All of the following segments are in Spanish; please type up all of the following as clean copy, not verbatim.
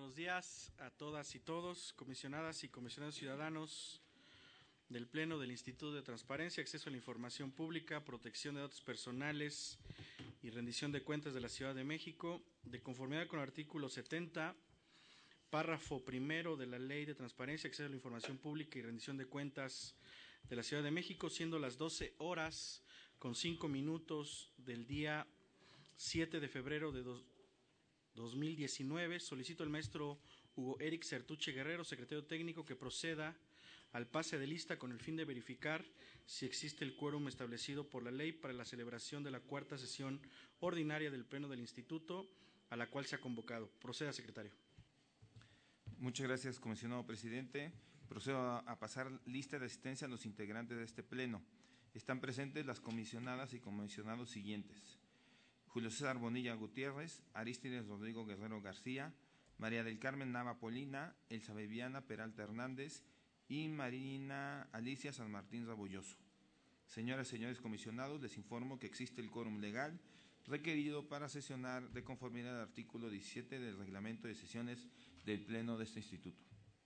buenos días a todas y todos, comisionadas y comisionados ciudadanos del Pleno del Instituto de Transparencia, Acceso a la Información Pública, Protección de Datos Personales y Rendición de Cuentas de la Ciudad de México, de conformidad con el artículo 70, párrafo primero de la Ley de Transparencia, Acceso a la Información Pública y Rendición de Cuentas de la Ciudad de México, siendo las 12:05 del día 7 de febrero de 2019, solicito al maestro Hugo Eric Sertuche Guerrero, secretario técnico, que proceda al pase de lista con el fin de verificar si existe el quórum establecido por la ley para la celebración de la cuarta sesión ordinaria del Pleno del Instituto, a la cual se ha convocado. Proceda, secretario. Muchas gracias, comisionado presidente. Procedo a pasar lista de asistencia a los integrantes de este Pleno. Están presentes las comisionadas y comisionados siguientes: Julio César Bonilla Gutiérrez, Arístides Rodrigo Guerrero García, María del Carmen Nava Polina, Elsa Viviana Peralta Hernández y Marina Alicia San Martín Rabolloso. Señoras y señores comisionados, les informo que existe el quórum legal requerido para sesionar de conformidad al artículo 17 del reglamento de sesiones del Pleno de este instituto.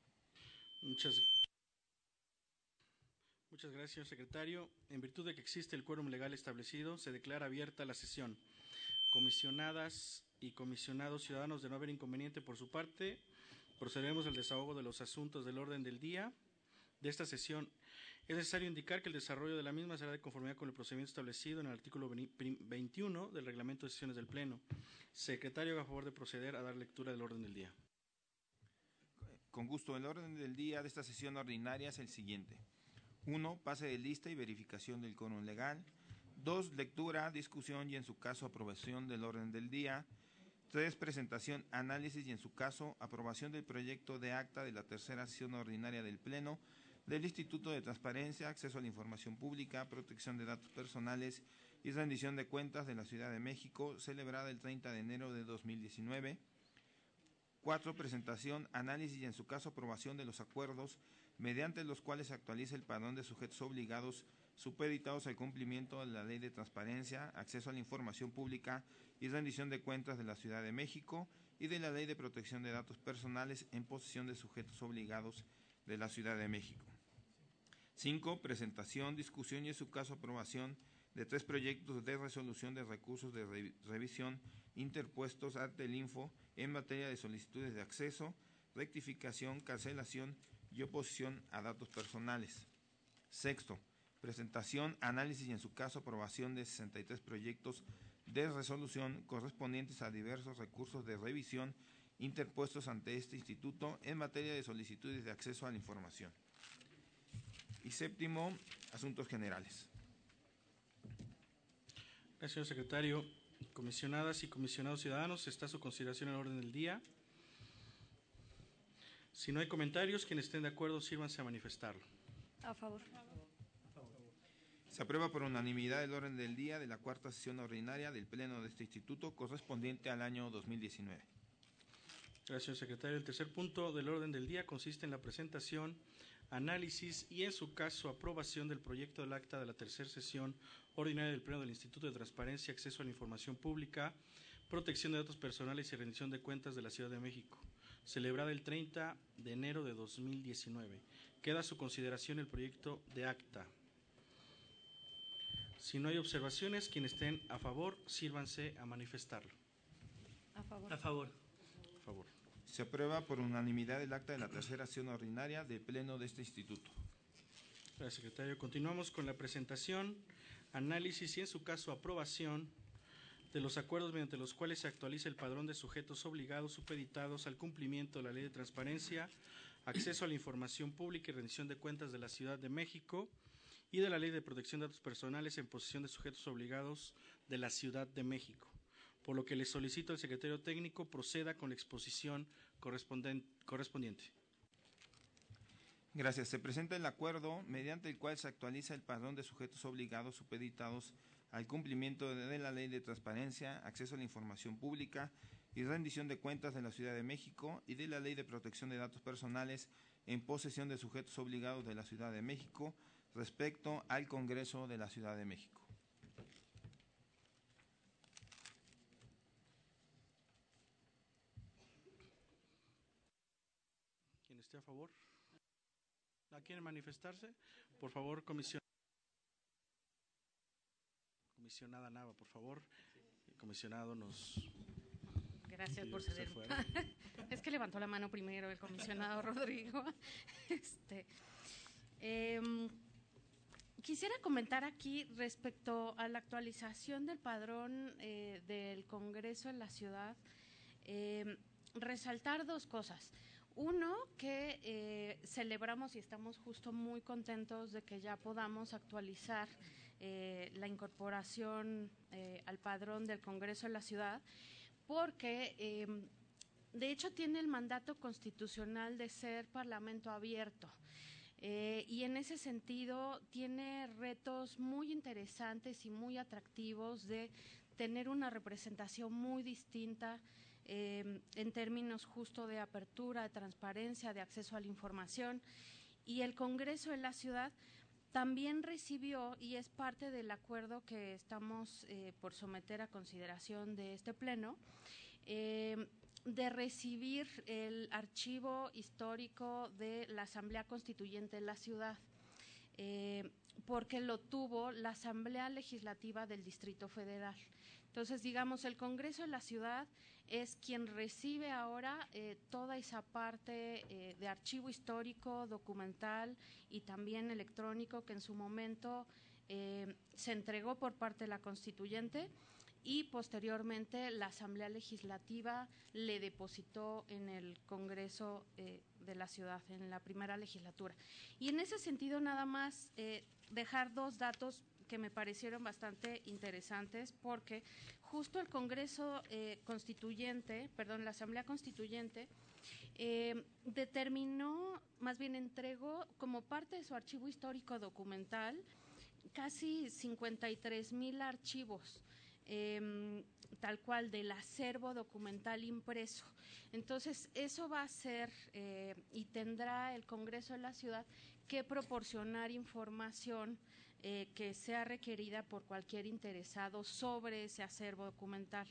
Muchas gracias, señor secretario. En virtud de que existe el quórum legal establecido, se declara abierta la sesión. Comisionadas y comisionados ciudadanos, de no haber inconveniente por su parte, procederemos al desahogo de los asuntos del orden del día de esta sesión. Es necesario indicar que el desarrollo de la misma será de conformidad con el procedimiento establecido en el artículo 21 del reglamento de sesiones del Pleno. Secretario, haga favor de proceder a dar lectura del orden del día. Con gusto. El orden del día de esta sesión ordinaria es el siguiente: 1. Pase de lista y verificación del quórum legal. 2. Lectura, discusión y en su caso aprobación del orden del día. 3. Presentación, análisis y en su caso aprobación del proyecto de acta de la tercera sesión ordinaria del Pleno del Instituto de Transparencia, Acceso a la Información Pública, Protección de Datos Personales y Rendición de Cuentas de la Ciudad de México, celebrada el 30 de enero de 2019. 4. Presentación, análisis y en su caso aprobación de los acuerdos mediante los cuales se actualiza el padrón de sujetos obligados supeditados al cumplimiento de la Ley de Transparencia, Acceso a la Información Pública y Rendición de Cuentas de la Ciudad de México y de la Ley de Protección de Datos Personales en posesión de sujetos obligados de la Ciudad de México. 5. Presentación, discusión y en su caso aprobación de 3 proyectos de resolución de recursos de revisión interpuestos ante el Info en materia de solicitudes de acceso, rectificación, cancelación y oposición a datos personales. 6. Presentación, análisis y en su caso aprobación de 63 proyectos de resolución correspondientes a diversos recursos de revisión interpuestos ante este instituto en materia de solicitudes de acceso a la información. Y 7. Asuntos generales. Gracias, señor secretario. Comisionadas y comisionados ciudadanos, está a su consideración el orden del día. Si no hay comentarios, quienes estén de acuerdo, sírvanse a manifestarlo. A favor. Se aprueba por unanimidad el orden del día de la cuarta sesión ordinaria del Pleno de este instituto correspondiente al año 2019. Gracias, señor secretario. El tercer punto del orden del día consiste en la presentación, análisis y, en su caso, aprobación del proyecto del acta de la tercera sesión ordinaria del Pleno del Instituto de Transparencia, Acceso a la Información Pública, Protección de Datos Personales y Rendición de Cuentas de la Ciudad de México, celebrada el 30 de enero de 2019. Queda a su consideración el proyecto de acta. Si no hay observaciones, quienes estén a favor, sírvanse a manifestarlo. A favor. A favor. A favor. Se aprueba por unanimidad el acta de la tercera sesión ordinaria del Pleno de este instituto. Gracias, secretario. Continuamos con la presentación, análisis y, en su caso, aprobación de los acuerdos mediante los cuales se actualiza el padrón de sujetos obligados supeditados al cumplimiento de la Ley de Transparencia, Acceso a la Información Pública y Rendición de Cuentas de la Ciudad de México y de la Ley de Protección de Datos Personales en posesión de sujetos obligados de la Ciudad de México, por lo que le solicito al secretario técnico proceda con la exposición correspondiente. Gracias. Se presenta el acuerdo mediante el cual se actualiza el padrón de sujetos obligados supeditados al cumplimiento de la Ley de Transparencia, Acceso a la Información Pública y Rendición de Cuentas de la Ciudad de México y de la Ley de Protección de Datos Personales en posesión de sujetos obligados de la Ciudad de México respecto al Congreso de la Ciudad de México. esté a favor. ¿La quieren manifestarse? Por favor, comisionada Nava, por favor. El comisionado nos... Gracias por se ceder. fuera. Es que levantó la mano primero el comisionado Rodrigo. Quisiera comentar aquí respecto a la actualización del padrón del Congreso en la ciudad, resaltar dos cosas. Uno, que celebramos y estamos justo muy contentos de que ya podamos actualizar la incorporación al padrón del Congreso en la ciudad, porque de hecho tiene el mandato constitucional de ser parlamento abierto. Y en ese sentido tiene retos muy interesantes y muy atractivos de tener una representación muy distinta en términos justo de apertura, de transparencia, de acceso a la información. Y el Congreso de la ciudad también recibió, y es parte del acuerdo que estamos por someter a consideración de este pleno, de recibir el archivo histórico de la Asamblea Constituyente de la ciudad, porque lo tuvo la Asamblea Legislativa del Distrito Federal. Entonces, digamos, el Congreso de la ciudad es quien recibe ahora toda esa parte de archivo histórico, documental y también electrónico que en su momento se entregó por parte de la Constituyente y posteriormente la Asamblea Legislativa le depositó en el Congreso de la ciudad, en la primera legislatura. Y en ese sentido nada más dejar dos datos que me parecieron bastante interesantes, porque justo el Congreso Constituyente, perdón, la Asamblea Constituyente, determinó, más bien entregó como parte de su archivo histórico documental casi 53,000 archivos, tal cual del acervo documental impreso. Entonces, eso va a ser y tendrá el Congreso de la ciudad que proporcionar información que sea requerida por cualquier interesado sobre ese acervo documental.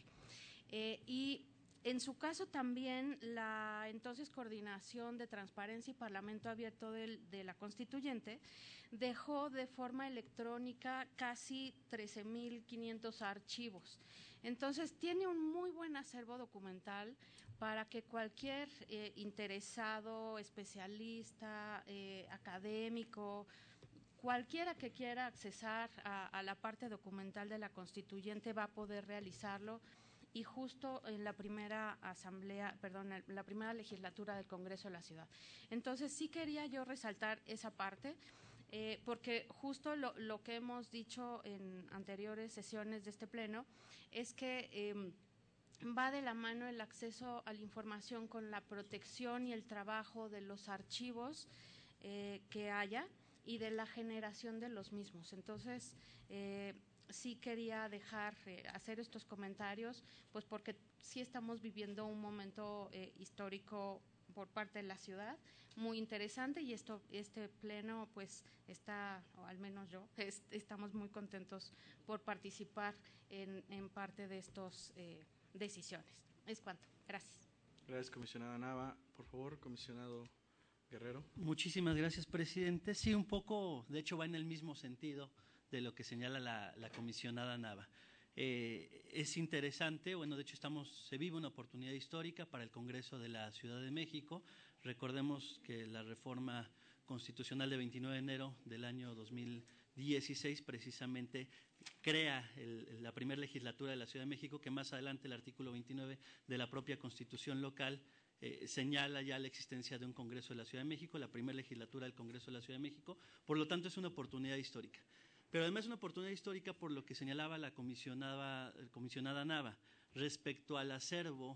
Y en su caso también la entonces Coordinación de Transparencia y Parlamento Abierto de la Constituyente dejó de forma electrónica casi 13,500 archivos. Entonces tiene un muy buen acervo documental para que cualquier interesado, especialista, académico, cualquiera que quiera accesar a la parte documental de la Constituyente va a poder realizarlo, y justo en la primera asamblea, perdón, la primera legislatura del Congreso de la ciudad. Entonces sí quería yo resaltar esa parte, porque justo lo que hemos dicho en anteriores sesiones de este pleno es que va de la mano el acceso a la información con la protección y el trabajo de los archivos que haya y de la generación de los mismos. Entonces, sí quería hacer estos comentarios, pues porque sí estamos viviendo un momento histórico por parte de la ciudad muy interesante, y este pleno pues está, o al menos yo, estamos muy contentos por participar en parte de estas decisiones. Es cuanto. Gracias. Gracias, comisionada Nava. Por favor, comisionado Guerrero. Muchísimas gracias, presidente. Sí, un poco, de hecho va en el mismo sentido de lo que señala la comisionada Nava. Es interesante, bueno, de hecho se vive una oportunidad histórica para el Congreso de la Ciudad de México. Recordemos que la reforma constitucional de 29 de enero del año 2016 precisamente crea la primera legislatura de la Ciudad de México, que más adelante el artículo 29 de la propia Constitución local señala ya la existencia de un Congreso de la Ciudad de México, la primera legislatura del Congreso de la Ciudad de México. Por lo tanto, es una oportunidad histórica. Pero además es una oportunidad histórica por lo que señalaba la comisionada Nava respecto al acervo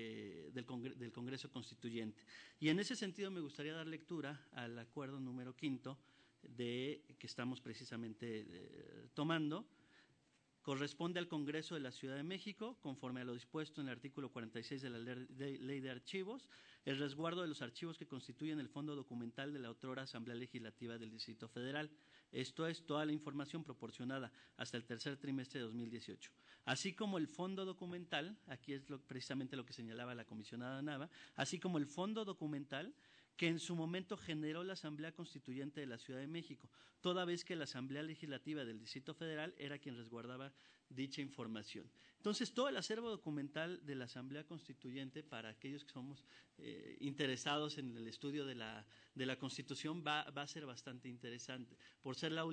del Congreso Constituyente. Y en ese sentido me gustaría dar lectura al acuerdo número 5 que estamos precisamente tomando. Corresponde al Congreso de la Ciudad de México, conforme a lo dispuesto en el artículo 46 de la Ley de Archivos, el resguardo de los archivos que constituyen el fondo documental de la otrora Asamblea Legislativa del Distrito Federal. Esto es, toda la información proporcionada hasta el tercer trimestre de 2018, así como el fondo documental, aquí es precisamente lo que señalaba la comisionada Nava, así como el fondo documental que en su momento generó la Asamblea Constituyente de la Ciudad de México, toda vez que la Asamblea Legislativa del Distrito Federal era quien resguardaba dicha información. Entonces, todo el acervo documental de la Asamblea Constituyente, para aquellos que somos interesados en el estudio de la Constitución, va a ser bastante interesante, por ser la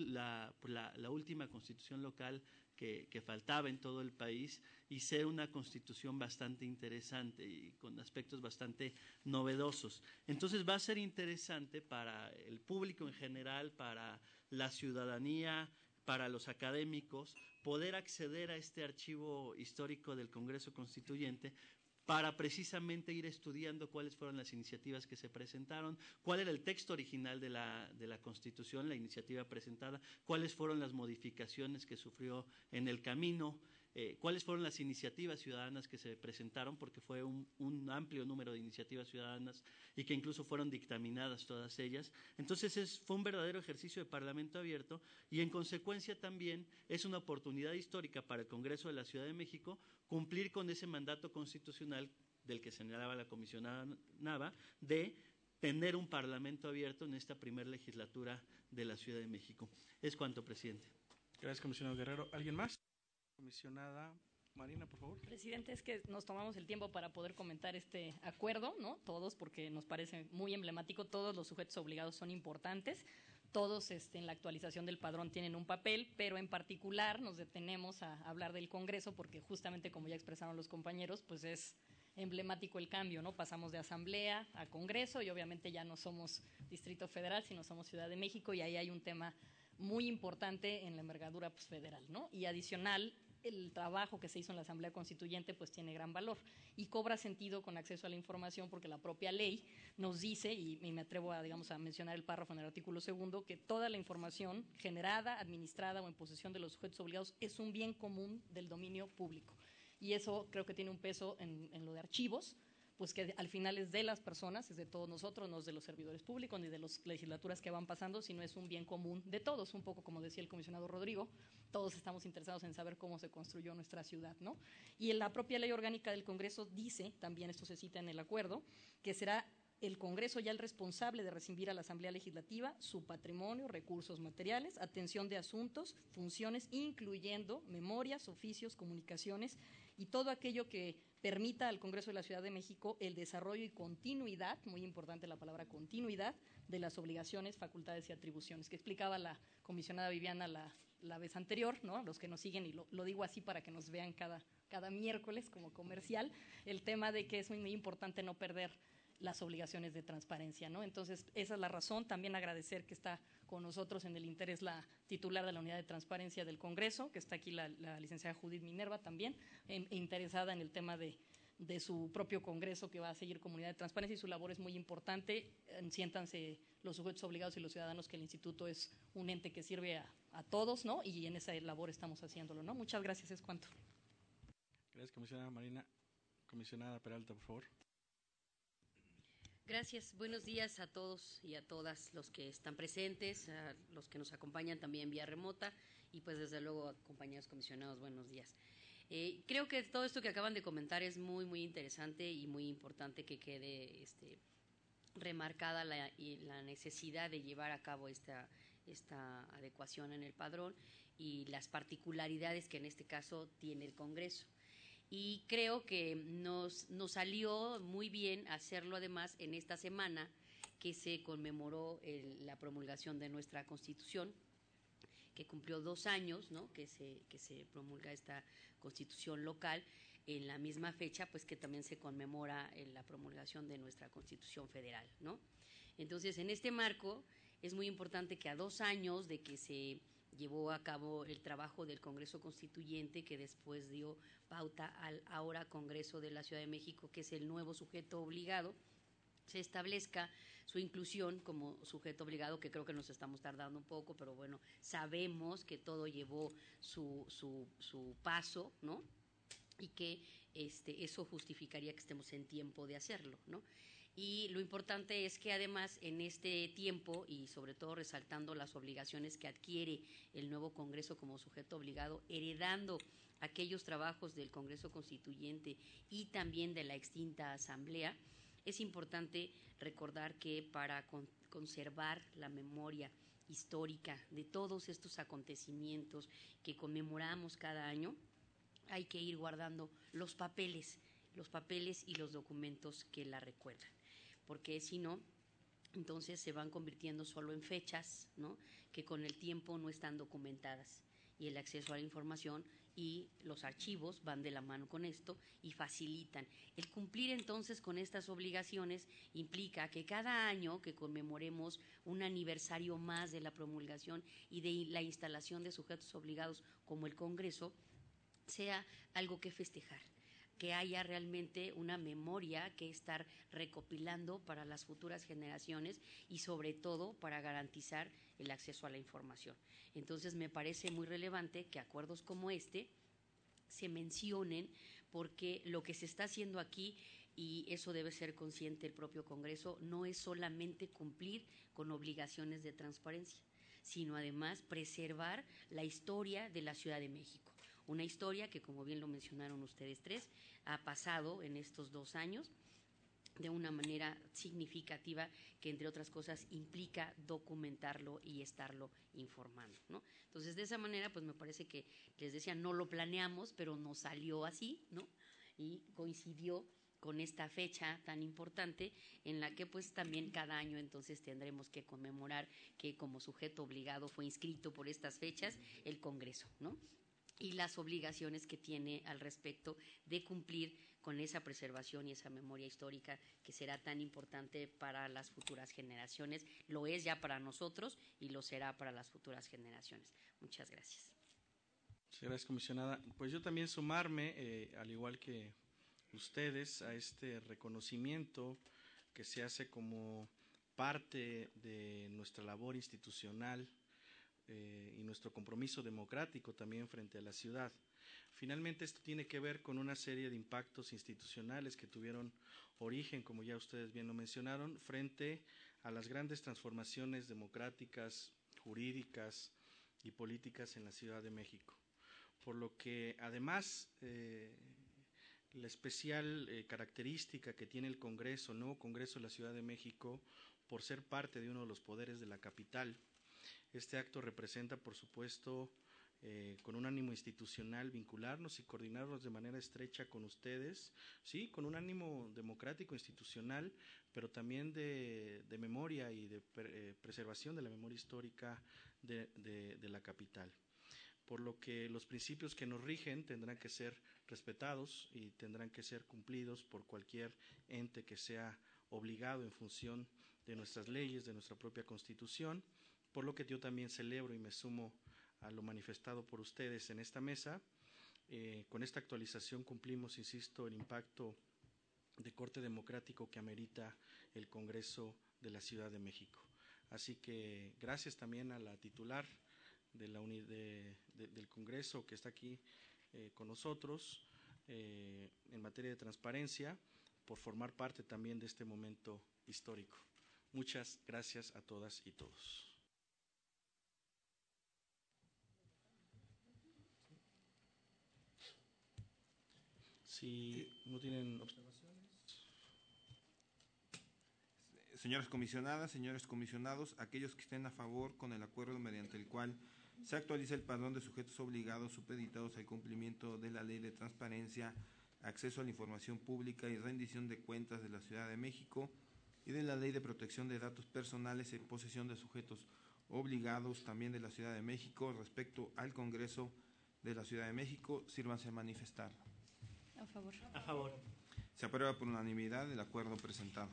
última Constitución local que faltaba en todo el país y ser una Constitución bastante interesante y con aspectos bastante novedosos. Entonces, va a ser interesante para el público en general, para la ciudadanía, para los académicos, poder acceder a este archivo histórico del Congreso Constituyente para precisamente ir estudiando cuáles fueron las iniciativas que se presentaron, cuál era el texto original de la Constitución, la iniciativa presentada, cuáles fueron las modificaciones que sufrió en el camino, cuáles fueron las iniciativas ciudadanas que se presentaron, porque fue un amplio número de iniciativas ciudadanas y que incluso fueron dictaminadas todas ellas. Entonces fue un verdadero ejercicio de Parlamento abierto y en consecuencia también es una oportunidad histórica para el Congreso de la Ciudad de México cumplir con ese mandato constitucional del que señalaba la comisionada Nava, de tener un Parlamento abierto en esta primera legislatura de la Ciudad de México. Es cuanto, presidente. Gracias, comisionado Guerrero. ¿Alguien más? Comisionada Marina, por favor. Presidente, es que nos tomamos el tiempo para poder comentar este acuerdo, ¿no? Todos, porque nos parece muy emblemático, todos los sujetos obligados son importantes, todos en la actualización del padrón tienen un papel, pero en particular nos detenemos a hablar del Congreso porque justamente, como ya expresaron los compañeros, pues es emblemático el cambio, ¿no? Pasamos de Asamblea a Congreso y obviamente ya no somos Distrito Federal, sino somos Ciudad de México y ahí hay un tema muy importante en la envergadura pues, federal, ¿no? Y adicional, el trabajo que se hizo en la Asamblea Constituyente pues tiene gran valor y cobra sentido con acceso a la información porque la propia ley nos dice, y me atrevo a, digamos, a mencionar el párrafo en el artículo 2, que toda la información generada, administrada o en posesión de los sujetos obligados es un bien común del dominio público. Y eso creo que tiene un peso en lo de archivos, pues que al final es de las personas, es de todos nosotros, no es de los servidores públicos ni de las legislaturas que van pasando, sino es un bien común de todos, un poco como decía el comisionado Rodrigo, todos estamos interesados en saber cómo se construyó nuestra ciudad, ¿no? Y en la propia ley orgánica del Congreso dice, también esto se cita en el acuerdo, que será el Congreso ya el responsable de recibir a la Asamblea Legislativa su patrimonio, recursos materiales, atención de asuntos, funciones, incluyendo memorias, oficios, comunicaciones y todo aquello que permita al Congreso de la Ciudad de México el desarrollo y continuidad, muy importante la palabra continuidad, de las obligaciones, facultades y atribuciones, que explicaba la comisionada Viviana la vez anterior, ¿no? Los que nos siguen, y lo digo así para que nos vean cada miércoles como comercial, el tema de que es muy importante no perder las obligaciones de transparencia, ¿no? Entonces, esa es la razón. También agradecer que está con nosotros en el interés la titular de la Unidad de Transparencia del Congreso, que está aquí la licenciada Judith Minerva también, interesada en el tema de su propio Congreso, que va a seguir con Unidad de Transparencia, y su labor es muy importante. Siéntanse los sujetos obligados y los ciudadanos que el Instituto es un ente que sirve a todos, ¿no? Y en esa labor estamos haciéndolo, ¿no? Muchas gracias, es cuanto. Gracias, comisionada Marina. Comisionada Peralta, por favor. Gracias. Buenos días a todos y a todas los que están presentes, a los que nos acompañan también vía remota y pues desde luego a compañeros comisionados, buenos días. Creo que todo esto que acaban de comentar es muy, muy interesante y muy importante que quede remarcada la necesidad de llevar a cabo esta adecuación en el padrón y las particularidades que en este caso tiene el Congreso. Y creo que nos salió muy bien hacerlo además en esta semana que se conmemoró la promulgación de nuestra Constitución, que cumplió 2 años, ¿no? que se promulga esta Constitución local, en la misma fecha pues que también se conmemora la promulgación de nuestra Constitución federal, ¿no? Entonces, en este marco es muy importante que a 2 años de que se llevó a cabo el trabajo del Congreso Constituyente, que después dio pauta al ahora Congreso de la Ciudad de México, que es el nuevo sujeto obligado, se establezca su inclusión como sujeto obligado, que creo que nos estamos tardando un poco, pero bueno, sabemos que todo llevó su paso, ¿no? Y que eso justificaría que estemos en tiempo de hacerlo, ¿no? Y lo importante es que además en este tiempo, y sobre todo resaltando las obligaciones que adquiere el nuevo Congreso como sujeto obligado, heredando aquellos trabajos del Congreso Constituyente y también de la extinta Asamblea, Es importante recordar que para conservar la memoria histórica de todos estos acontecimientos que conmemoramos cada año, hay que ir guardando los papeles y los documentos que la recuerdan, porque si no, entonces se van convirtiendo solo en fechas, ¿no?, que con el tiempo no están documentadas, y el acceso a la información y los archivos van de la mano con esto y facilitan. El cumplir entonces con estas obligaciones implica que cada año que conmemoremos un aniversario más de la promulgación y de la instalación de sujetos obligados como el Congreso, sea algo que festejar, que haya realmente una memoria que estar recopilando para las futuras generaciones y sobre todo para garantizar el acceso a la información. Entonces me parece muy relevante que acuerdos como este se mencionen, porque lo que se está haciendo aquí, y eso debe ser consciente el propio Congreso, no es solamente cumplir con obligaciones de transparencia, sino además preservar la historia de la Ciudad de México. Una historia que, como bien lo mencionaron ustedes tres, ha pasado en estos 2 años de una manera significativa que, entre otras cosas, implica documentarlo y estarlo informando, ¿no? Entonces, de esa manera, pues me parece que, les decía, no lo planeamos, pero nos salió así, ¿no? Y coincidió con esta fecha tan importante en la que pues también cada año entonces tendremos que conmemorar que como sujeto obligado fue inscrito por estas fechas el Congreso, ¿no?, y las obligaciones que tiene al respecto de cumplir con esa preservación y esa memoria histórica que será tan importante para las futuras generaciones. Lo es ya para nosotros y lo será para las futuras generaciones. Muchas gracias. Muchas gracias, comisionada. Pues yo también sumarme, al igual que ustedes, a este reconocimiento que se hace como parte de nuestra labor institucional y nuestro compromiso democrático también frente a la ciudad. Finalmente, esto tiene que ver con una serie de impactos institucionales que tuvieron origen, como ya ustedes bien lo mencionaron, frente a las grandes transformaciones democráticas, jurídicas y políticas en la Ciudad de México. Por lo que, además, la especial característica que tiene el Congreso, el nuevo Congreso de la Ciudad de México, por ser parte de uno de los poderes de la capital. Este acto representa, por supuesto, con un ánimo institucional, vincularnos y coordinarnos de manera estrecha con ustedes, sí, con un ánimo democrático, institucional, pero también de memoria y de preservación de la memoria histórica de la capital. Por lo que los principios que nos rigen tendrán que ser respetados y tendrán que ser cumplidos por cualquier ente que sea obligado en función de nuestras leyes, de nuestra propia Constitución, por lo que yo también celebro y me sumo a lo manifestado por ustedes en esta mesa. Con esta actualización cumplimos, insisto, el impacto de corte democrático que amerita el Congreso de la Ciudad de México. Así que gracias también a la titular de del Congreso que está aquí con nosotros en materia de transparencia, por formar parte también de este momento histórico. Muchas gracias a todas y todos. Si no tienen observaciones. Señoras comisionadas, señores comisionados, aquellos que estén a favor con el acuerdo mediante el cual se actualiza el padrón de sujetos obligados supeditados al cumplimiento de la Ley de Transparencia, Acceso a la Información Pública y Rendición de Cuentas de la Ciudad de México y de la Ley de Protección de Datos Personales en posesión de sujetos obligados también de la Ciudad de México respecto al Congreso de la Ciudad de México, sírvanse a manifestar. A favor. A favor. Se aprueba por unanimidad el acuerdo presentado.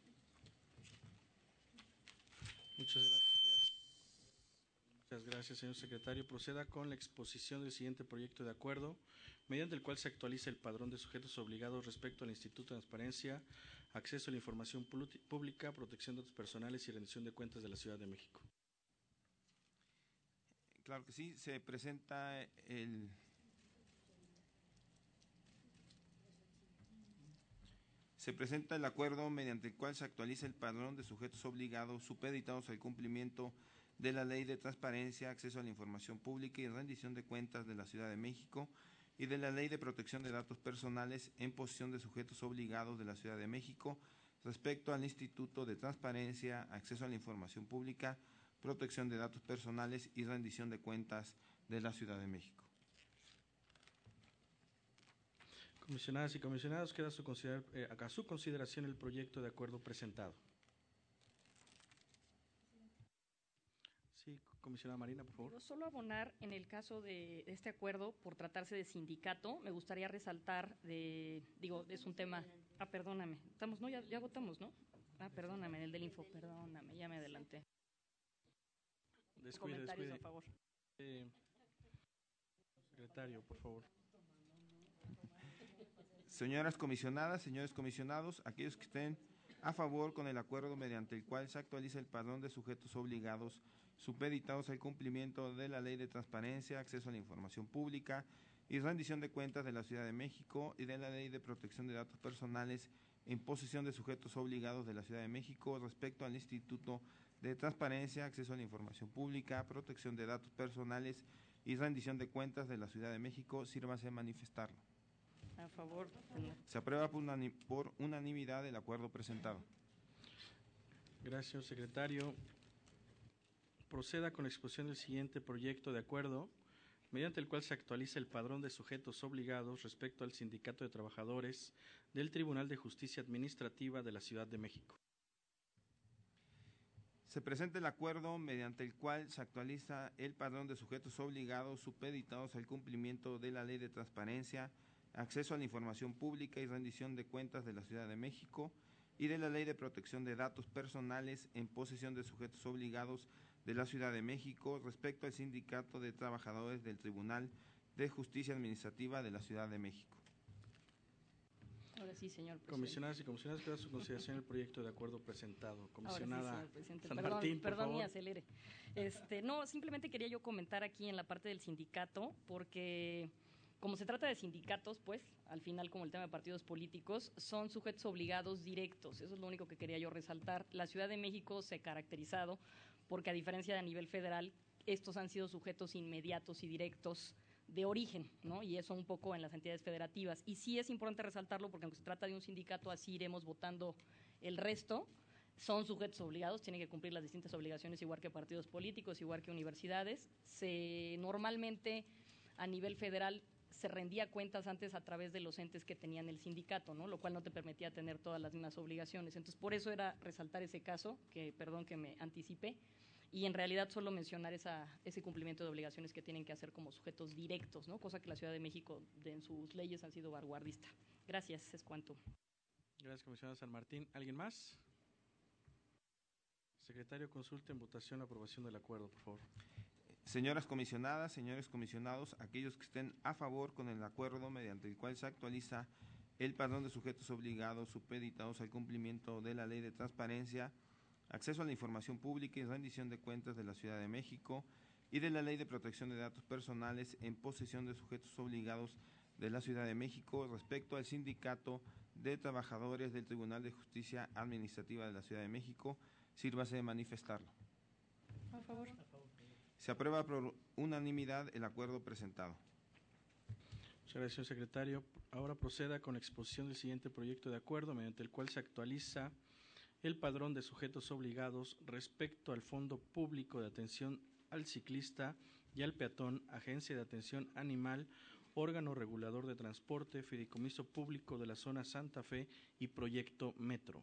Muchas gracias. Muchas gracias, señor secretario. Proceda con la exposición del siguiente proyecto de acuerdo, mediante el cual se actualiza el padrón de sujetos obligados respecto al Instituto de Transparencia, Acceso a la Información Pública, Protección de Datos Personales y Rendición de Cuentas de la Ciudad de México. Claro que sí, se presenta el acuerdo mediante el cual se actualiza el padrón de sujetos obligados supeditados al cumplimiento de la Ley de Transparencia, Acceso a la Información Pública y Rendición de Cuentas de la Ciudad de México y de la Ley de Protección de Datos Personales en posesión de sujetos obligados de la Ciudad de México respecto al Instituto de Transparencia, Acceso a la Información Pública, Protección de Datos Personales y Rendición de Cuentas de la Ciudad de México. Comisionadas y comisionados, queda a su consideración el proyecto de acuerdo presentado. Sí, comisionada Marina, por favor. Solo abonar en el caso de este acuerdo, por tratarse de sindicato, me gustaría resaltar, es un tema… perdóname, estamos, no, ya votamos, ¿no? Perdóname, en el del info, perdóname, ya me adelanté. Comentarios a favor. Secretario, por favor. Señoras comisionadas, señores comisionados, aquellos que estén a favor con el acuerdo mediante el cual se actualiza el padrón de sujetos obligados supeditados al cumplimiento de la Ley de Transparencia, Acceso a la Información Pública y Rendición de Cuentas de la Ciudad de México y de la Ley de Protección de Datos Personales en posesión de sujetos obligados de la Ciudad de México respecto al Instituto de Transparencia, Acceso a la Información Pública, Protección de Datos Personales y Rendición de Cuentas de la Ciudad de México, sírvase manifestarlo. A favor. Se aprueba por unanimidad el acuerdo presentado. Gracias, secretario. Proceda con la exposición del siguiente proyecto de acuerdo, mediante el cual se actualiza el padrón de sujetos obligados respecto al Sindicato de Trabajadores del Tribunal de Justicia Administrativa de la Ciudad de México. Se presenta el acuerdo mediante el cual se actualiza el padrón de sujetos obligados supeditados al cumplimiento de la Ley de Transparencia, Acceso a la Información Pública y Rendición de Cuentas de la Ciudad de México y de la Ley de Protección de Datos Personales en posesión de sujetos obligados de la Ciudad de México respecto al Sindicato de Trabajadores del Tribunal de Justicia Administrativa de la Ciudad de México. Ahora sí, señor presidente. Comisionadas y comisionados, queda a su consideración el proyecto de acuerdo presentado. Comisionada Ahora sí, señor presidente. San Martín, por perdón, favor. y acelere. No, simplemente quería yo comentar aquí en la parte del sindicato, porque como se trata de sindicatos, pues, al final, como el tema de partidos políticos, son sujetos obligados directos. Eso es lo único que quería yo resaltar. La Ciudad de México se ha caracterizado porque, a diferencia de a nivel federal, estos han sido sujetos inmediatos y directos de origen, ¿no? Y eso un poco en las entidades federativas. Y sí es importante resaltarlo porque, aunque se trata de un sindicato, así iremos votando el resto. Son sujetos obligados, tienen que cumplir las distintas obligaciones, igual que partidos políticos, igual que universidades. Normalmente, a nivel federal, se rendía cuentas antes a través de los entes que tenían el sindicato, ¿no? Lo cual no te permitía tener todas las mismas obligaciones. Entonces, por eso era resaltar ese caso, que perdón que me anticipé, y en realidad solo mencionar ese cumplimiento de obligaciones que tienen que hacer como sujetos directos, ¿no? Cosa que la Ciudad de México, en sus leyes, han sido vanguardista. Gracias, es cuanto. Gracias, comisionada San Martín. ¿Alguien más? Secretario, consulte en votación la aprobación del acuerdo, por favor. Señoras comisionadas, señores comisionados, aquellos que estén a favor con el acuerdo mediante el cual se actualiza el padrón de sujetos obligados supeditados al cumplimiento de la Ley de Transparencia, Acceso a la Información Pública y Rendición de Cuentas de la Ciudad de México y de la Ley de Protección de Datos Personales en posesión de sujetos obligados de la Ciudad de México respecto al Sindicato de Trabajadores del Tribunal de Justicia Administrativa de la Ciudad de México, sírvase de manifestarlo. A favor. Se aprueba por unanimidad el acuerdo presentado. Muchas gracias, secretario. Ahora proceda con la exposición del siguiente proyecto de acuerdo, mediante el cual se actualiza el padrón de sujetos obligados respecto al Fondo Público de Atención al Ciclista y al Peatón, Agencia de Atención Animal, Órgano Regulador de Transporte, Fideicomiso Público de la Zona Santa Fe y Proyecto Metro.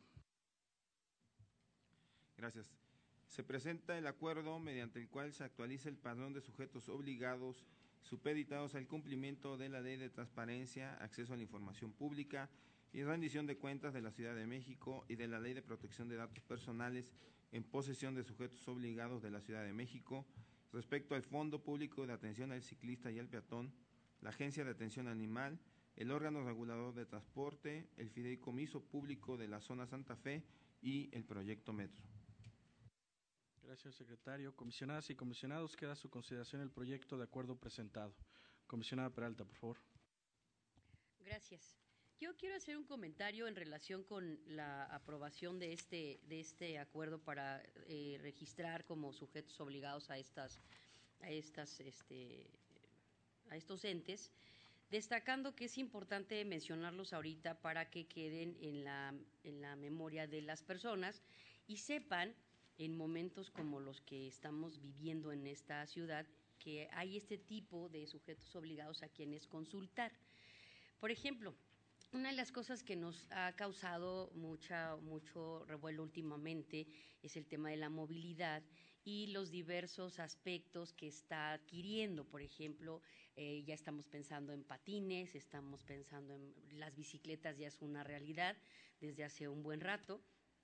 Gracias. Se presenta el acuerdo mediante el cual se actualiza el padrón de sujetos obligados supeditados al cumplimiento de la Ley de Transparencia, Acceso a la Información Pública y Rendición de Cuentas de la Ciudad de México y de la Ley de Protección de Datos Personales en posesión de sujetos obligados de la Ciudad de México respecto al Fondo Público de Atención al Ciclista y al Peatón, la Agencia de Atención Animal, el Órgano Regulador de Transporte, el Fideicomiso Público de la Zona Santa Fe y el Proyecto Metro. Gracias, secretario. Comisionadas y comisionados, queda a su consideración el proyecto de acuerdo presentado. Comisionada Peralta, por favor. Gracias. Yo quiero hacer un comentario en relación con la aprobación de este acuerdo para registrar como sujetos obligados a estos entes. destacando que es importante mencionarlos ahorita para que queden en la memoria de las personas y sepan en momentos como los que estamos viviendo en esta ciudad que hay este tipo de sujetos obligados a quienes consultar. Por ejemplo, una de las cosas que nos ha causado mucho revuelo últimamente es el tema de la movilidad y los diversos aspectos que está adquiriendo. Por ejemplo, ya estamos pensando en patines, estamos pensando en las bicicletas, ya es una realidad desde hace un buen rato.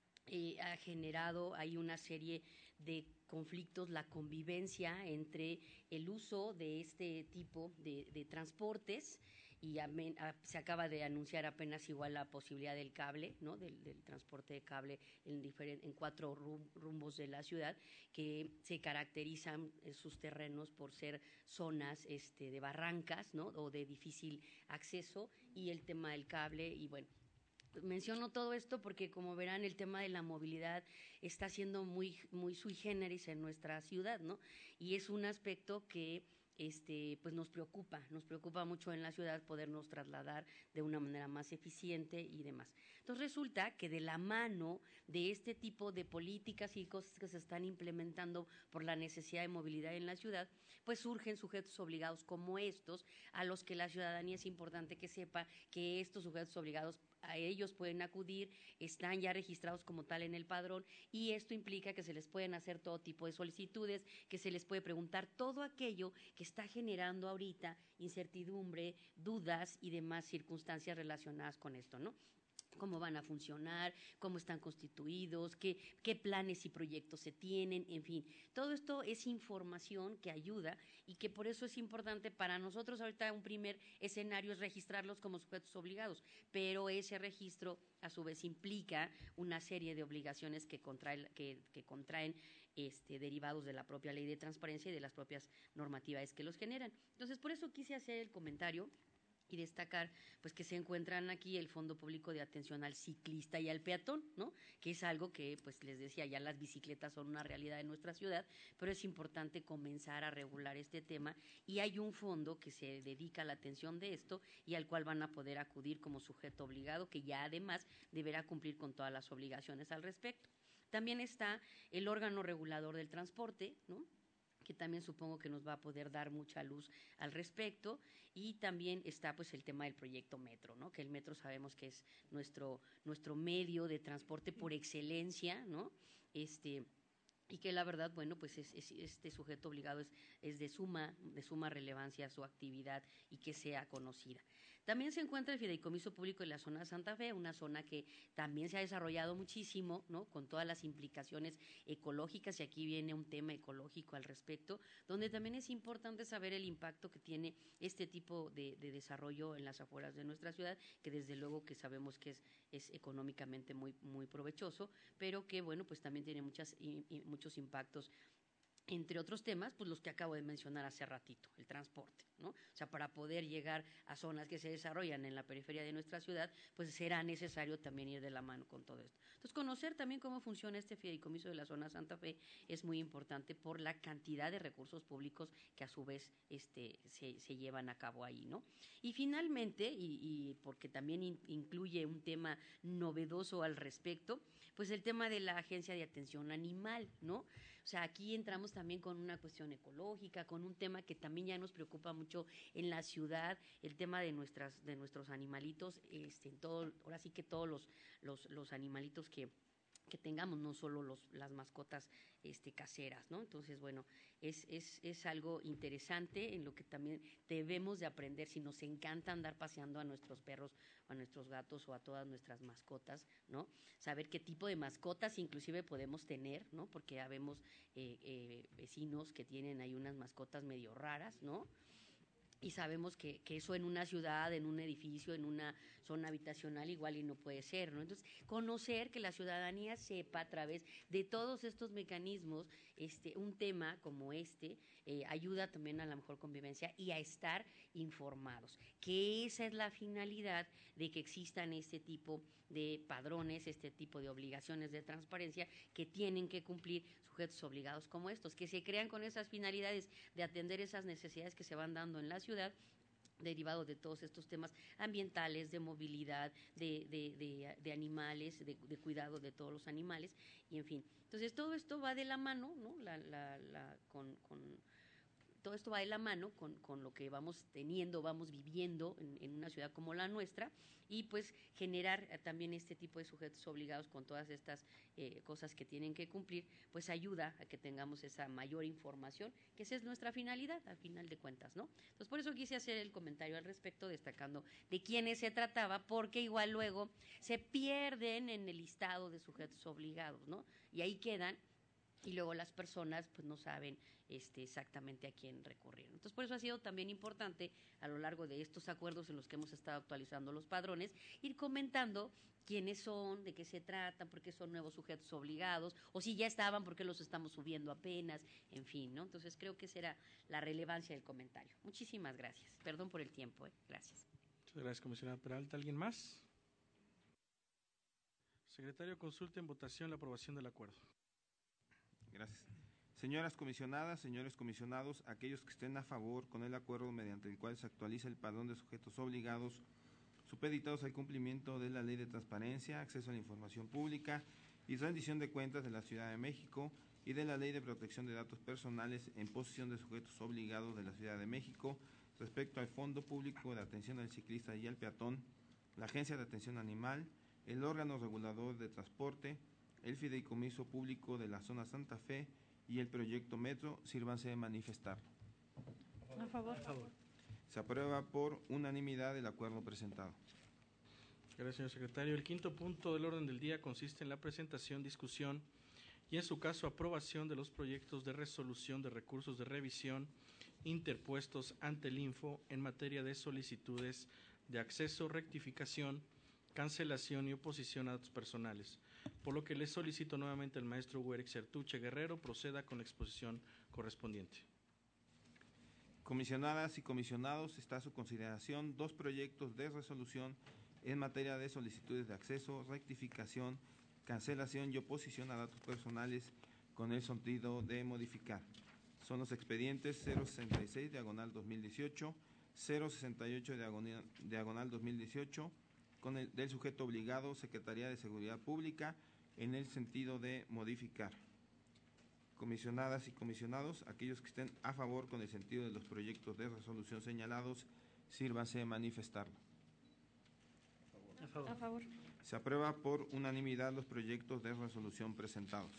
Ha generado ahí una serie de conflictos, la convivencia entre el uso de este tipo de transportes y se acaba de anunciar apenas igual la posibilidad del cable, ¿no? del transporte de cable en 4 rumbos de la ciudad que se caracterizan sus terrenos por ser zonas de barrancas, ¿no? O de difícil acceso, y el tema del cable. Y bueno, menciono todo esto porque, como verán, el tema de la movilidad está siendo muy sui generis en nuestra ciudad, ¿no? Y es un aspecto que pues nos preocupa mucho en la ciudad podernos trasladar de una manera más eficiente y demás. Entonces resulta que de la mano de este tipo de políticas y cosas que se están implementando por la necesidad de movilidad en la ciudad, pues surgen sujetos obligados como estos, a los que la ciudadanía es importante que sepa que estos sujetos obligados a ellos pueden acudir, están ya registrados como tal en el padrón, y esto implica que se les pueden hacer todo tipo de solicitudes, que se les puede preguntar todo aquello que está generando ahorita incertidumbre, dudas y demás circunstancias relacionadas con esto, ¿no? Cómo van a funcionar, cómo están constituidos, qué planes y proyectos se tienen, en fin. Todo esto es información que ayuda y que por eso es importante para nosotros. Ahorita un primer escenario es registrarlos como sujetos obligados, pero ese registro a su vez implica una serie de obligaciones que contraen derivados de la propia ley de transparencia y de las propias normativas que los generan. Entonces, por eso quise hacer el comentario y destacar pues que se encuentran aquí el Fondo Público de Atención al Ciclista y al Peatón, ¿no? Que es algo que, pues les decía, ya las bicicletas son una realidad en nuestra ciudad, pero es importante comenzar a regular este tema, y hay un fondo que se dedica a la atención de esto y al cual van a poder acudir como sujeto obligado, que ya además deberá cumplir con todas las obligaciones al respecto. También está el órgano regulador del transporte, ¿no? Que también supongo que nos va a poder dar mucha luz al respecto, y también está pues el tema del proyecto Metro, ¿no? Que el Metro sabemos que es nuestro medio de transporte por excelencia, ¿no? Y que la verdad, bueno, pues este sujeto obligado es de suma relevancia su actividad y que sea conocida. También se encuentra el Fideicomiso Público de la Zona de Santa Fe, una zona que también se ha desarrollado muchísimo, ¿no? Con todas las implicaciones ecológicas, y aquí viene un tema ecológico al respecto, donde también es importante saber el impacto que tiene este tipo de desarrollo en las afueras de nuestra ciudad, que desde luego que sabemos que es económicamente muy provechoso, pero que, bueno, pues también tiene muchos impactos, entre otros temas, pues los que acabo de mencionar hace ratito, el transporte, ¿no? O sea, para poder llegar a zonas que se desarrollan en la periferia de nuestra ciudad, pues será necesario también ir de la mano con todo esto. Entonces, conocer también cómo funciona este fideicomiso de la zona Santa Fe es muy importante por la cantidad de recursos públicos que a su vez se llevan a cabo ahí, ¿no? Y finalmente, y porque también incluye un tema novedoso al respecto, pues el tema de la Agencia de Atención Animal, ¿no? O sea, aquí entramos también con una cuestión ecológica, con un tema que también ya nos preocupa mucho en la ciudad, el tema de nuestros animalitos, ahora sí que todos los animalitos que tengamos, no solo las mascotas caseras, ¿no? Entonces, bueno, es algo interesante en lo que también debemos de aprender. Si nos encanta andar paseando a nuestros perros, a nuestros gatos o a todas nuestras mascotas, ¿no? Saber qué tipo de mascotas inclusive podemos tener, ¿no? Porque ya vemos vecinos que tienen ahí unas mascotas medio raras, ¿no? Y sabemos que eso en una ciudad, en un edificio, en una zona habitacional igual y no puede ser, ¿no? Entonces, conocer, que la ciudadanía sepa a través de todos estos mecanismos un tema como ayuda también a la mejor convivencia y a estar informados, que esa es la finalidad de que existan este tipo de padrones, este tipo de obligaciones de transparencia que tienen que cumplir sujetos obligados como estos, que se crean con esas finalidades de atender esas necesidades que se van dando en la ciudad, derivado de todos estos temas ambientales, de movilidad, de animales, de cuidado de todos los animales, y en fin. Entonces, todo esto va de la mano, ¿no? Todo esto va de la mano con lo que vamos teniendo, vamos viviendo en una ciudad como la nuestra, y pues generar también este tipo de sujetos obligados con todas estas cosas que tienen que cumplir, pues ayuda a que tengamos esa mayor información, que esa es nuestra finalidad, al final de cuentas, ¿no? Entonces, por eso quise hacer el comentario al respecto, destacando de quiénes se trataba, porque igual luego se pierden en el listado de sujetos obligados, ¿no? Y ahí quedan, y luego las personas pues no saben exactamente a quién recurrir. Entonces, por eso ha sido también importante a lo largo de estos acuerdos en los que hemos estado actualizando los padrones, ir comentando quiénes son, de qué se tratan, por qué son nuevos sujetos obligados, o si ya estaban, por qué los estamos subiendo apenas, en fin, ¿no? Entonces, creo que esa era la relevancia del comentario. Muchísimas gracias. Perdón por el tiempo, Gracias. Muchas gracias, comisionada Peralta. ¿Alguien más? Secretario, consulta en votación la aprobación del acuerdo. Gracias. Señoras comisionadas, señores comisionados, aquellos que estén a favor con el acuerdo mediante el cual se actualiza el padrón de sujetos obligados supeditados al cumplimiento de la Ley de Transparencia, Acceso a la Información Pública y Rendición de Cuentas de la Ciudad de México y de la Ley de Protección de Datos Personales en posesión de sujetos obligados de la Ciudad de México respecto al Fondo Público de Atención al Ciclista y al Peatón, la Agencia de Atención Animal, el órgano regulador de transporte, el Fideicomiso Público de la Zona Santa Fe y el proyecto Metro, sírvanse de manifestar. A favor. Se aprueba por unanimidad el acuerdo presentado. Gracias, señor secretario. El quinto punto del orden del día consiste en la presentación, discusión y, en su caso, aprobación de los proyectos de resolución de recursos de revisión interpuestos ante el Info en materia de solicitudes de acceso, rectificación, cancelación y oposición a datos personales, por lo que le solicito nuevamente al maestro Huerix Sertuche Guerrero proceda con la exposición correspondiente. Comisionadas y comisionados, está a su consideración dos proyectos de resolución en materia de solicitudes de acceso, rectificación, cancelación y oposición a datos personales con el sentido de modificar. Son los expedientes 066 diagonal 2018, 068 diagonal 2018, con el del sujeto obligado, Secretaría de Seguridad Pública, en el sentido de modificar. Comisionadas y comisionados, aquellos que estén a favor con el sentido de los proyectos de resolución señalados, sírvanse de manifestarlo. A favor. Se aprueba por unanimidad los proyectos de resolución presentados.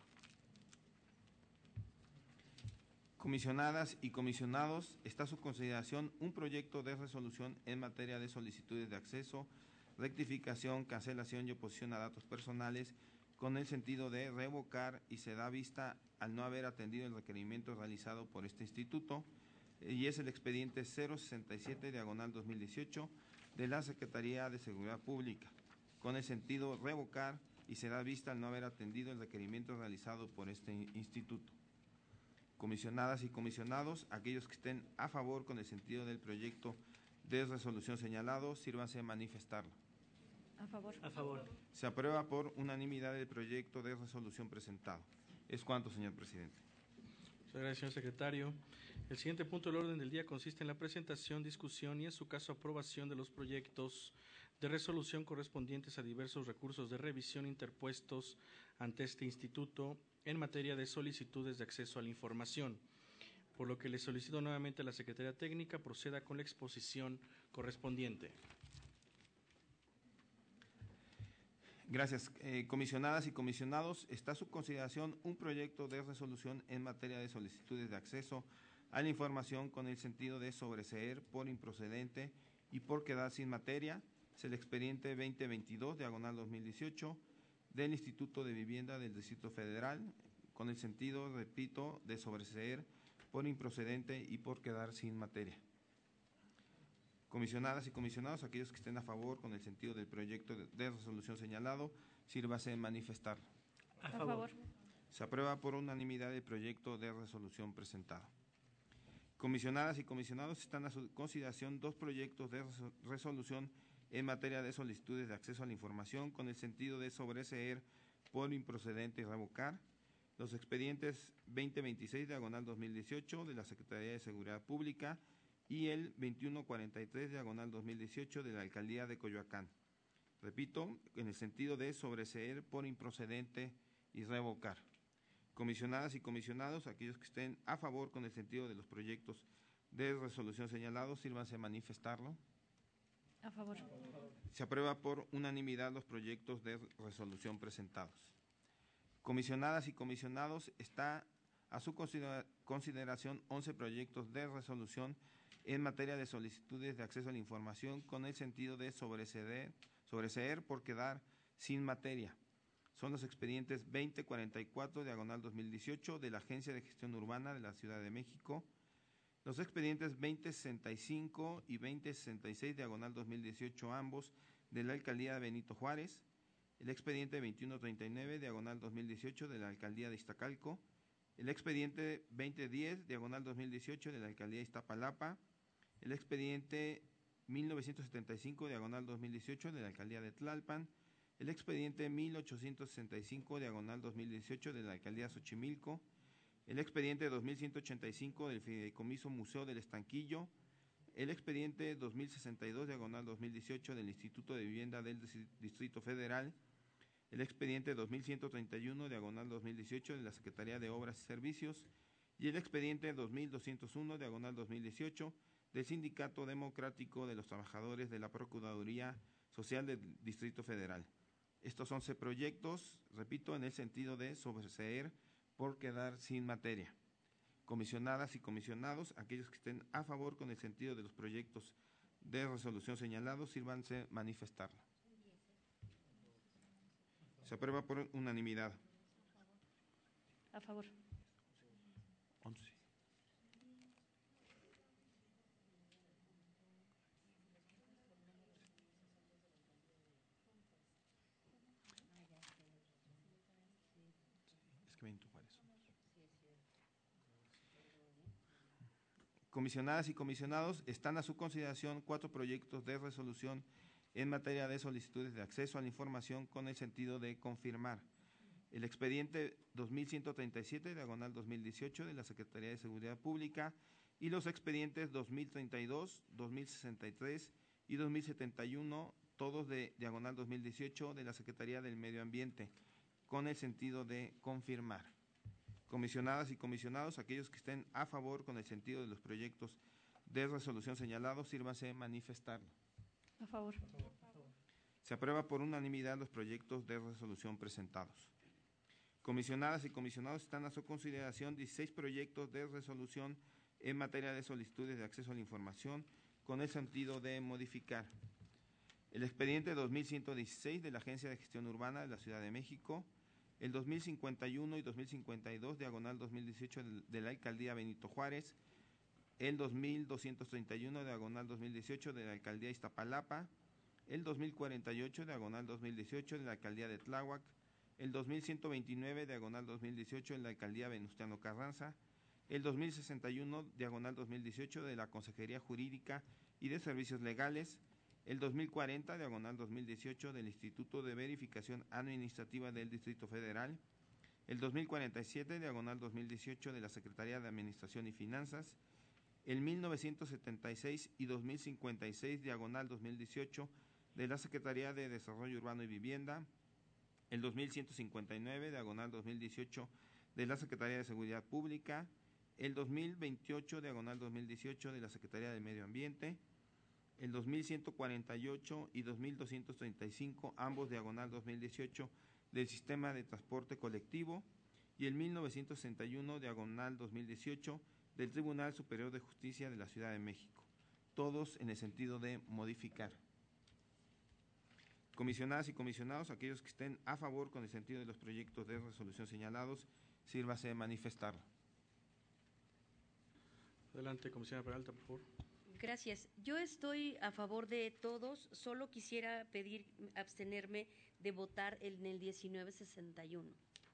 Comisionadas y comisionados, está a su consideración un proyecto de resolución en materia de solicitudes de acceso, rectificación, cancelación y oposición a datos personales con el sentido de revocar y se da vista al no haber atendido el requerimiento realizado por este instituto, y es el expediente 067 diagonal 2018 de la Secretaría de Seguridad Pública, con el sentido revocar y se da vista al no haber atendido el requerimiento realizado por este instituto. Comisionadas y comisionados, aquellos que estén a favor con el sentido del proyecto de resolución señalado, sírvanse a manifestarlo. A favor. A favor. Se aprueba por unanimidad el proyecto de resolución presentado. Es cuanto, señor presidente. Muchas gracias, señor secretario. El siguiente punto del orden del día consiste en la presentación, discusión y, en su caso, aprobación de los proyectos de resolución correspondientes a diversos recursos de revisión interpuestos ante este instituto en materia de solicitudes de acceso a la información, por lo que le solicito nuevamente a la Secretaría Técnica proceda con la exposición correspondiente. Gracias. Comisionadas y comisionados, está a su consideración un proyecto de resolución en materia de solicitudes de acceso a la información con el sentido de sobreseer por improcedente y por quedar sin materia. Es el expediente 2022 diagonal 2018 del Instituto de Vivienda del Distrito Federal con el sentido, repito, de sobreseer por improcedente y por quedar sin materia. Comisionadas y comisionados, aquellos que estén a favor con el sentido del proyecto de resolución señalado, sírvase en manifestarlo. A favor. Se aprueba por unanimidad el proyecto de resolución presentado. Comisionadas y comisionados, están a su consideración dos proyectos de resolución en materia de solicitudes de acceso a la información con el sentido de sobreseer por improcedente y revocar. Los expedientes 2026 diagonal 2018 de la Secretaría de Seguridad Pública y el 2143, diagonal 2018, de la Alcaldía de Coyoacán. Repito, en el sentido de sobreseer por improcedente y revocar. Comisionadas y comisionados, aquellos que estén a favor con el sentido de los proyectos de resolución señalados, sírvanse a manifestarlo. A favor. Se aprueba por unanimidad los proyectos de resolución presentados. Comisionadas y comisionados, está a su consideración 11 proyectos de resolución en materia de solicitudes de acceso a la información con el sentido de sobreseer por quedar sin materia. Son los expedientes 2044, diagonal 2018, de la Agencia de Gestión Urbana de la Ciudad de México, los expedientes 2065 y 2066, diagonal 2018, ambos de la Alcaldía de Benito Juárez, el expediente 2139, diagonal 2018, de la Alcaldía de Iztacalco, el expediente 2010, diagonal 2018, de la Alcaldía de Iztapalapa, el expediente 1975, diagonal 2018, de la Alcaldía de Tlalpan, el expediente 1865, diagonal 2018, de la Alcaldía de Xochimilco, el expediente 2185 del Fideicomiso Museo del Estanquillo, el expediente 2062, diagonal 2018, del Instituto de Vivienda del Distrito Federal, el expediente 2131, diagonal 2018, de la Secretaría de Obras y Servicios, y el expediente 2201, diagonal 2018, del Sindicato Democrático de los Trabajadores de la Procuraduría Social del Distrito Federal. Estos 11 proyectos, repito, en el sentido de sobreseer por quedar sin materia. Comisionadas y comisionados, aquellos que estén a favor con el sentido de los proyectos de resolución señalados, sírvanse manifestarlo. Se aprueba por unanimidad. A favor. 11. Es que Benito Juárez. Comisionadas y comisionados, están a su consideración 4 proyectos de resolución en materia de solicitudes de acceso a la información con el sentido de confirmar el expediente 2137, diagonal 2018, de la Secretaría de Seguridad Pública, y los expedientes 2032, 2063 y 2071, todos de diagonal 2018, de la Secretaría del Medio Ambiente, con el sentido de confirmar. Comisionadas y comisionados, aquellos que estén a favor con el sentido de los proyectos de resolución señalados, sírvanse manifestarlo. A favor. Se aprueba por unanimidad los proyectos de resolución presentados. Comisionadas y comisionados, están a su consideración 16 proyectos de resolución en materia de solicitudes de acceso a la información con el sentido de modificar el expediente 2116 de la Agencia de Gestión Urbana de la Ciudad de México, el 2051 y 2052, diagonal 2018, de la Alcaldía Benito Juárez, el 2231, diagonal 2018, de la Alcaldía Iztapalapa, el 2048, diagonal 2018, de la Alcaldía de Tláhuac, el 2129, diagonal 2018, de la Alcaldía Venustiano Carranza, el 2061, diagonal 2018, de la Consejería Jurídica y de Servicios Legales, el 2040, diagonal 2018, del Instituto de Verificación Administrativa del Distrito Federal, el 2047, diagonal 2018, de la Secretaría de Administración y Finanzas, el 1976 y 2056, diagonal 2018, de la Secretaría de Desarrollo Urbano y Vivienda, el 2159, diagonal 2018, de la Secretaría de Seguridad Pública, el 2028, diagonal 2018, de la Secretaría del Medio Ambiente, el 2148 y 2235, ambos diagonal 2018, del Sistema de Transporte Colectivo, y el 1961, diagonal 2018, del Tribunal Superior de Justicia de la Ciudad de México, todos en el sentido de modificar. Comisionadas y comisionados, aquellos que estén a favor con el sentido de los proyectos de resolución señalados, sírvase de manifestarlo. Adelante, comisionada Peralta, por favor. Gracias. Yo estoy a favor de todos, solo quisiera pedir abstenerme de votar en el 1961.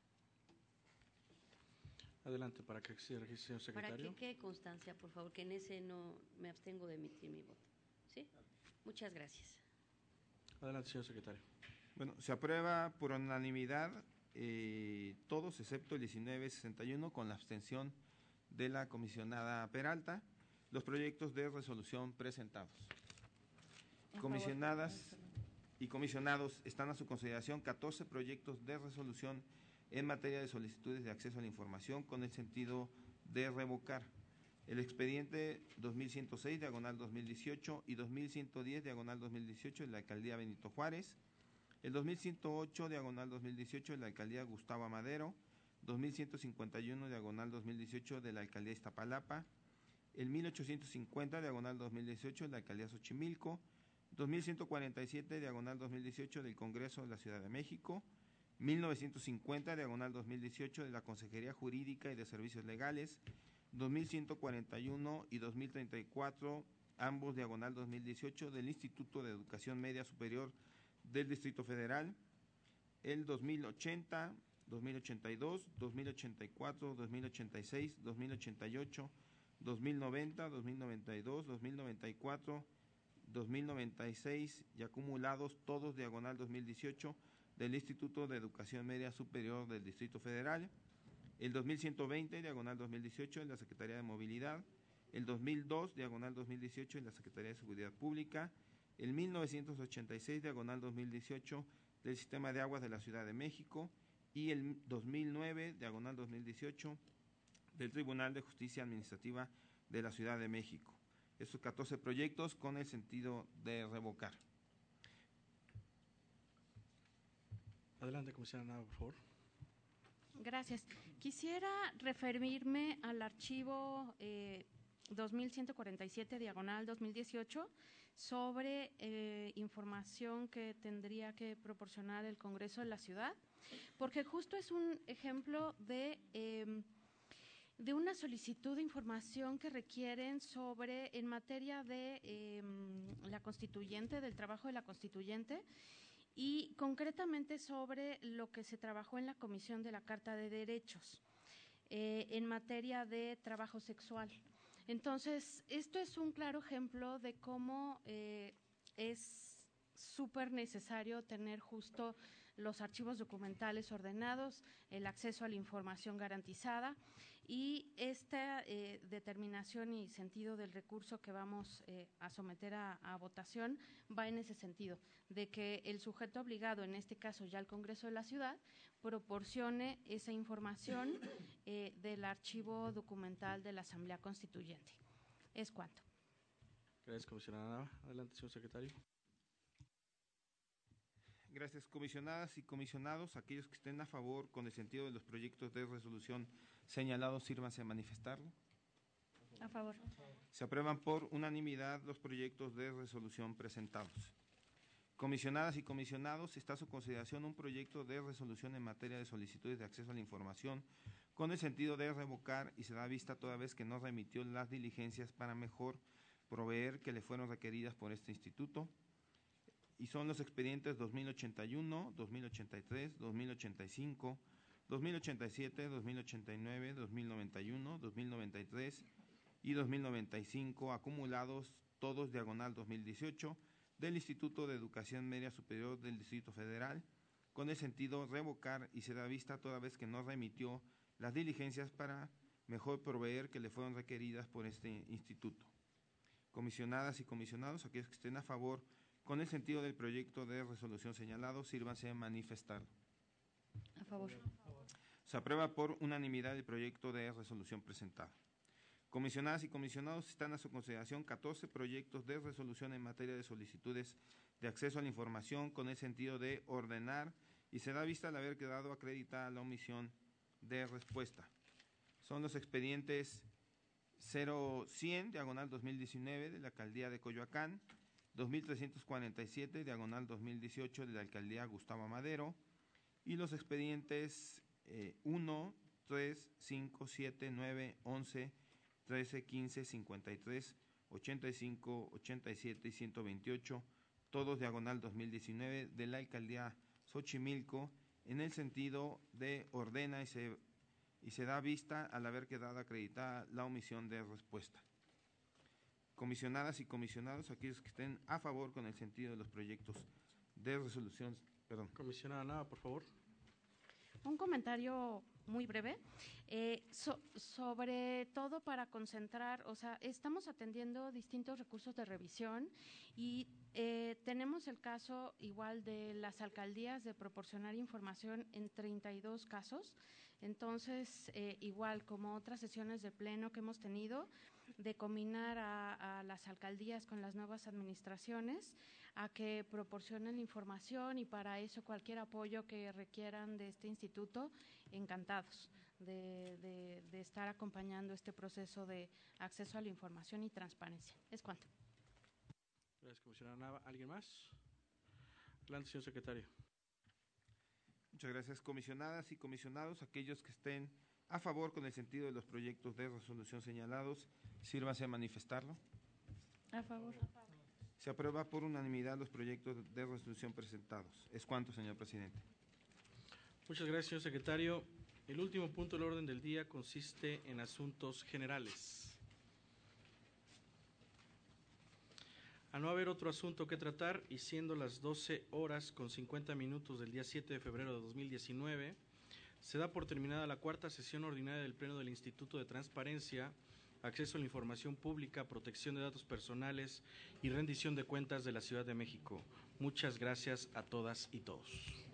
Adelante, para que se registre, señor secretario. Para que quede constancia, por favor, que en ese no me abstengo de emitir mi voto. ¿Sí? Muchas gracias. Adelante, señor secretario. Bueno, se aprueba por unanimidad todos excepto el 1961 con la abstención de la comisionada Peralta. los proyectos de resolución presentados. Comisionadas y comisionados, están a su consideración 14 proyectos de resolución en materia de solicitudes de acceso a la información con el sentido de revocar el expediente 2106, diagonal 2018, y 2110, diagonal 2018, de la Alcaldía Benito Juárez, el 2108, diagonal 2018, de la Alcaldía Gustavo Amadero, 2151, diagonal 2018, de la Alcaldía Iztapalapa, el 1850, diagonal 2018, de la Alcaldía Xochimilco, 2147, diagonal 2018, del Congreso de la Ciudad de México, 1950, diagonal 2018, de la Consejería Jurídica y de Servicios Legales, 2141 y 2034, ambos diagonal 2018, del Instituto de Educación Media Superior del Distrito Federal, el 2080, 2082, 2084, 2086, 2088, 2090, 2092, 2094, 2096 y acumulados todos diagonal 2018 del Instituto de Educación Media Superior del Distrito Federal, el 2120, diagonal 2018, de la Secretaría de Movilidad, el 2002, diagonal 2018, de la Secretaría de Seguridad Pública, el 1986, diagonal 2018, del Sistema de Aguas de la Ciudad de México, y el 2009, diagonal 2018, del Tribunal de Justicia Administrativa de la Ciudad de México. Estos 14 proyectos con el sentido de revocar. Adelante, comisionada Nava, por favor. Gracias. Quisiera referirme al archivo 2147, diagonal 2018, sobre información que tendría que proporcionar el Congreso de la Ciudad, porque justo es un ejemplo de una solicitud de información que requieren sobre, en materia de la constituyente, del trabajo de la constituyente, y concretamente sobre lo que se trabajó en la Comisión de la Carta de Derechos en materia de trabajo sexual. Entonces, esto es un claro ejemplo de cómo es súper necesario tener justo los archivos documentales ordenados, el acceso a la información garantizada, y esta determinación y sentido del recurso que vamos a someter a votación va en ese sentido, de que el sujeto obligado, en este caso ya el Congreso de la Ciudad, proporcione esa información del archivo documental de la Asamblea Constituyente. Es cuanto. Gracias, comisionada Nava. Adelante, señor secretario. Gracias, comisionadas y comisionados. Aquellos que estén a favor con el sentido de los proyectos de resolución señalados, sírvanse a manifestarlo. A favor. Se aprueban por unanimidad los proyectos de resolución presentados. Comisionadas y comisionados, está a su consideración un proyecto de resolución en materia de solicitudes de acceso a la información con el sentido de revocar y se da vista toda vez que no remitió las diligencias para mejor proveer que le fueron requeridas por este instituto, y son los expedientes 2081, 2083, 2085, 2087, 2089, 2091, 2093 y 2095, acumulados todos diagonal 2018, del Instituto de Educación Media Superior del Distrito Federal, con el sentido revocar y se da vista toda vez que no remitió las diligencias para mejor proveer que le fueron requeridas por este instituto. Comisionadas y comisionados, aquellos que estén a favor con el sentido del proyecto de resolución señalado, sírvanse a manifestarlo. A favor. Se aprueba por unanimidad el proyecto de resolución presentado. Comisionadas y comisionados, están a su consideración 14 proyectos de resolución en materia de solicitudes de acceso a la información con el sentido de ordenar y se da vista al haber quedado acreditada la omisión de respuesta. Son los expedientes 0100, diagonal 2019, de la Alcaldía de Coyoacán, 2347, diagonal 2018, de la Alcaldía Gustavo Amadero, y los expedientes 1, 3, 5, 7, 9, 11, 13, 15, 53, 85, 87 y 128, todos diagonal 2019, de la Alcaldía Xochimilco, en el sentido de ordena y se da vista al haber quedado acreditada la omisión de respuesta. Comisionadas y comisionados, aquellos que estén a favor con el sentido de los proyectos de resolución. Comisionada Nava, por favor. Un comentario muy breve, sobre todo para concentrar, o sea, estamos atendiendo distintos recursos de revisión y tenemos el caso igual de las alcaldías de proporcionar información en 32 casos. Entonces, igual como otras sesiones de pleno que hemos tenido, de combinar a las alcaldías con las nuevas administraciones a que proporcionen información, y para eso cualquier apoyo que requieran de este instituto, encantados de estar acompañando este proceso de acceso a la información y transparencia. Es cuanto. Gracias, comisionada Nava. ¿Alguien más? Adelante, señor secretario. Muchas gracias, comisionadas y comisionados. Aquellos que estén a favor con el sentido de los proyectos de resolución señalados, sírvanse a manifestarlo. A favor. Se aprueba por unanimidad los proyectos de resolución presentados. Es cuanto, señor presidente. Muchas gracias, señor secretario. El último punto del orden del día consiste en asuntos generales. A no haber otro asunto que tratar y siendo las 12:50 del día 7 de febrero de 2019, se da por terminada la cuarta sesión ordinaria del Pleno del Instituto de Transparencia, Acceso a la Información Pública, Protección de Datos Personales y Rendición de Cuentas de la Ciudad de México. Muchas gracias a todas y todos.